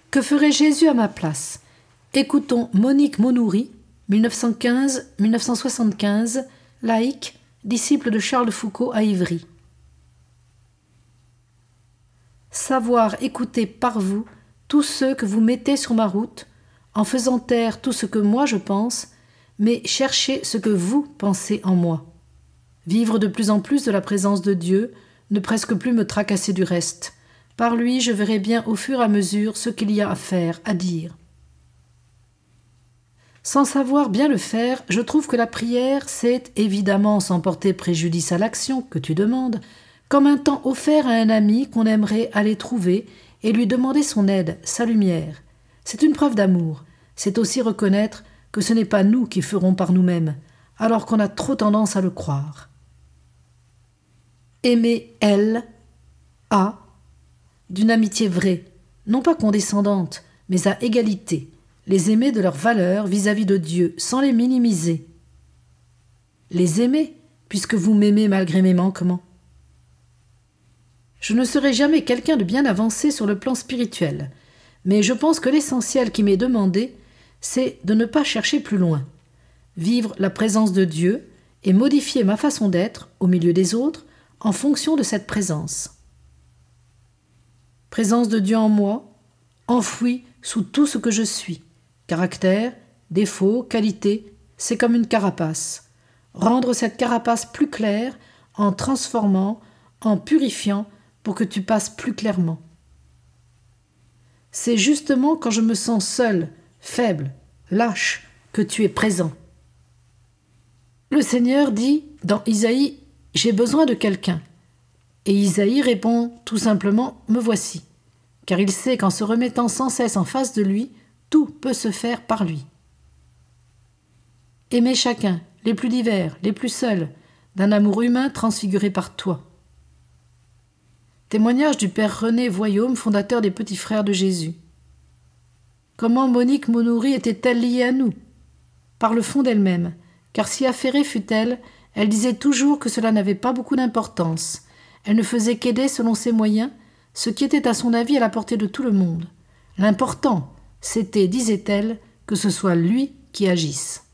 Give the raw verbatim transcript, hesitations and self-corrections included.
Que ferait Jésus à ma place? Écoutons Monique Monoury, mille neuf cent quinze à mille neuf cent soixante-quinze, laïque, disciple de Charles de Foucault à Ivry. Savoir écouter par vous tous ceux que vous mettez sur ma route, en faisant taire tout ce que moi je pense, mais chercher ce que vous pensez en moi. Vivre de plus en plus de la présence de Dieu, ne presque plus me tracasser du reste. Par lui, je verrai bien au fur et à mesure ce qu'il y a à faire, à dire. Sans savoir bien le faire, je trouve que la prière, c'est, évidemment sans porter préjudice à l'action que tu demandes, comme un temps offert à un ami qu'on aimerait aller trouver et lui demander son aide, sa lumière. C'est une preuve d'amour. C'est aussi reconnaître que ce n'est pas nous qui ferons par nous-mêmes, alors qu'on a trop tendance à le croire. Aimer elle, a, d'une amitié vraie, non pas condescendante, mais à égalité, les aimer de leur valeur vis-à-vis de Dieu, sans les minimiser. Les aimer, puisque vous m'aimez malgré mes manquements. Je ne serai jamais quelqu'un de bien avancé sur le plan spirituel, mais je pense que l'essentiel qui m'est demandé, c'est de ne pas chercher plus loin, vivre la présence de Dieu et modifier ma façon d'être au milieu des autres en fonction de cette présence. Présence de Dieu en moi, enfouie sous tout ce que je suis. Caractère, défauts, qualités, c'est comme une carapace. Rendre cette carapace plus claire en transformant, en purifiant pour que tu passes plus clairement. C'est justement quand je me sens seul, faible, lâche, que tu es présent. Le Seigneur dit dans Isaïe « J'ai besoin de quelqu'un ». Et Isaïe répond tout simplement « Me voici », car il sait qu'en se remettant sans cesse en face de lui, tout peut se faire par lui. Aimer chacun, les plus divers, les plus seuls, d'un amour humain transfiguré par toi. Témoignage du père René Voyaume, fondateur des Petits Frères de Jésus. Comment Monique Monoury était-elle liée à nous? Par le fond d'elle-même, car si affairée fut-elle, elle disait toujours que cela n'avait pas beaucoup d'importance. Elle ne faisait qu'aider selon ses moyens, ce qui était à son avis à la portée de tout le monde. L'important, c'était, disait-elle, que ce soit lui qui agisse.